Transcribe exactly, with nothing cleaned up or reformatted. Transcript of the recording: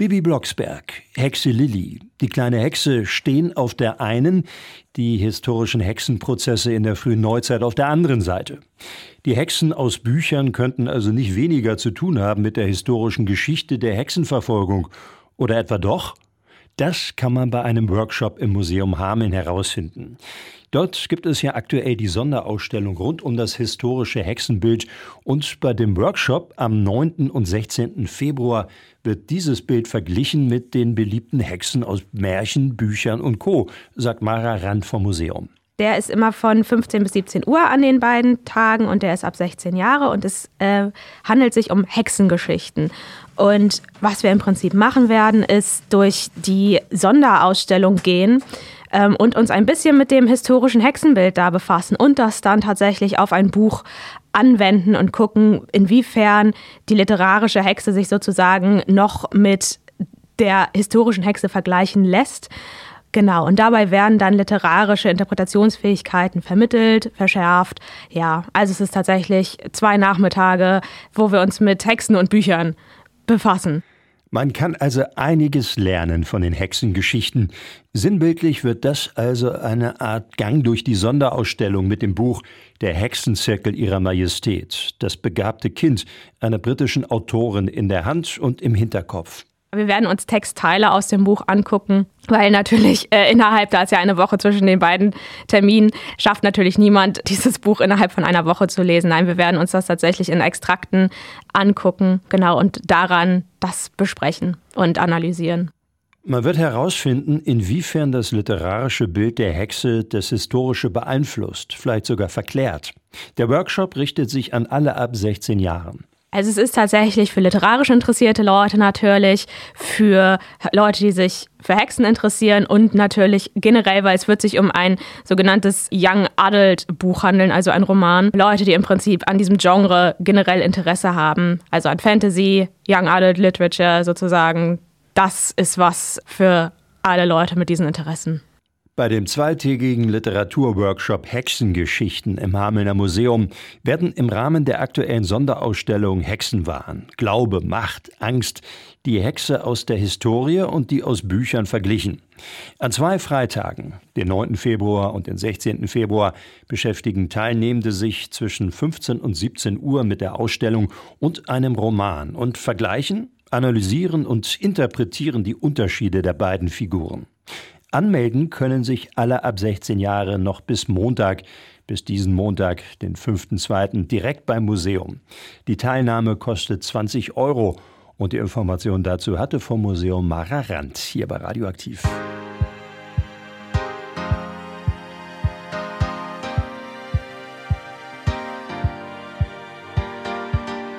Bibi Blocksberg, Hexe Lilli. Die kleine Hexe stehen auf der einen, die historischen Hexenprozesse in der frühen Neuzeit auf der anderen Seite. Die Hexen aus Büchern könnten also nicht weniger zu tun haben mit der historischen Geschichte der Hexenverfolgung. Oder etwa doch? Das kann man bei einem Workshop im Museum Hameln herausfinden. Dort gibt es ja aktuell die Sonderausstellung rund um das historische Hexenbild. Und bei dem Workshop am neunten und sechzehnten Februar wird dieses Bild verglichen mit den beliebten Hexen aus Märchen, Büchern und Co., sagt Mara Rand vom Museum. Der ist immer von fünfzehn bis siebzehn Uhr an den beiden Tagen und der ist ab sechzehn Jahre und es äh, handelt sich um Hexengeschichten. Und was wir im Prinzip machen werden, ist durch die Sonderausstellung gehen ähm, und uns ein bisschen mit dem historischen Hexenbild da befassen und das dann tatsächlich auf ein Buch anwenden und gucken, inwiefern die literarische Hexe sich sozusagen noch mit der historischen Hexe vergleichen lässt. Genau, und dabei werden dann literarische Interpretationsfähigkeiten vermittelt, verschärft. Ja, also es ist tatsächlich zwei Nachmittage, wo wir uns mit Hexen und Büchern befassen. Man kann also einiges lernen von den Hexengeschichten. Sinnbildlich wird das also eine Art Gang durch die Sonderausstellung mit dem Buch Der Hexenzirkel ihrer Majestät, das begabte Kind einer britischen Autorin in der Hand und im Hinterkopf. Wir werden uns Textteile aus dem Buch angucken, weil natürlich äh, innerhalb, da ist ja eine Woche zwischen den beiden Terminen, schafft natürlich niemand, dieses Buch innerhalb von einer Woche zu lesen. Nein, wir werden uns das tatsächlich in Extrakten angucken, genau, und daran das besprechen und analysieren. Man wird herausfinden, inwiefern das literarische Bild der Hexe das Historische beeinflusst, vielleicht sogar verklärt. Der Workshop richtet sich an alle ab sechzehn Jahren. Also es ist tatsächlich für literarisch interessierte Leute natürlich, für Leute, die sich für Hexen interessieren und natürlich generell, weil es wird sich um ein sogenanntes Young Adult Buch handeln, also ein Roman. Leute, die im Prinzip an diesem Genre generell Interesse haben, also an Fantasy, Young Adult Literature sozusagen. Das ist was für alle Leute mit diesen Interessen. Bei dem zweitägigen Literaturworkshop Hexengeschichten im Hamelner Museum werden im Rahmen der aktuellen Sonderausstellung Hexenwahn, Glaube, Macht, Angst die Hexe aus der Historie und die aus Büchern verglichen. An zwei Freitagen, den neunten Februar und den sechzehnten Februar, beschäftigen Teilnehmende sich zwischen fünfzehn und siebzehn Uhr mit der Ausstellung und einem Roman und vergleichen, analysieren und interpretieren die Unterschiede der beiden Figuren. Anmelden können sich alle ab sechzehn Jahre noch bis Montag, bis diesen Montag, den fünften zweiten direkt beim Museum. Die Teilnahme kostet zwanzig Euro und die Information dazu hatte vom Museum Mara Rand hier bei Radioaktiv.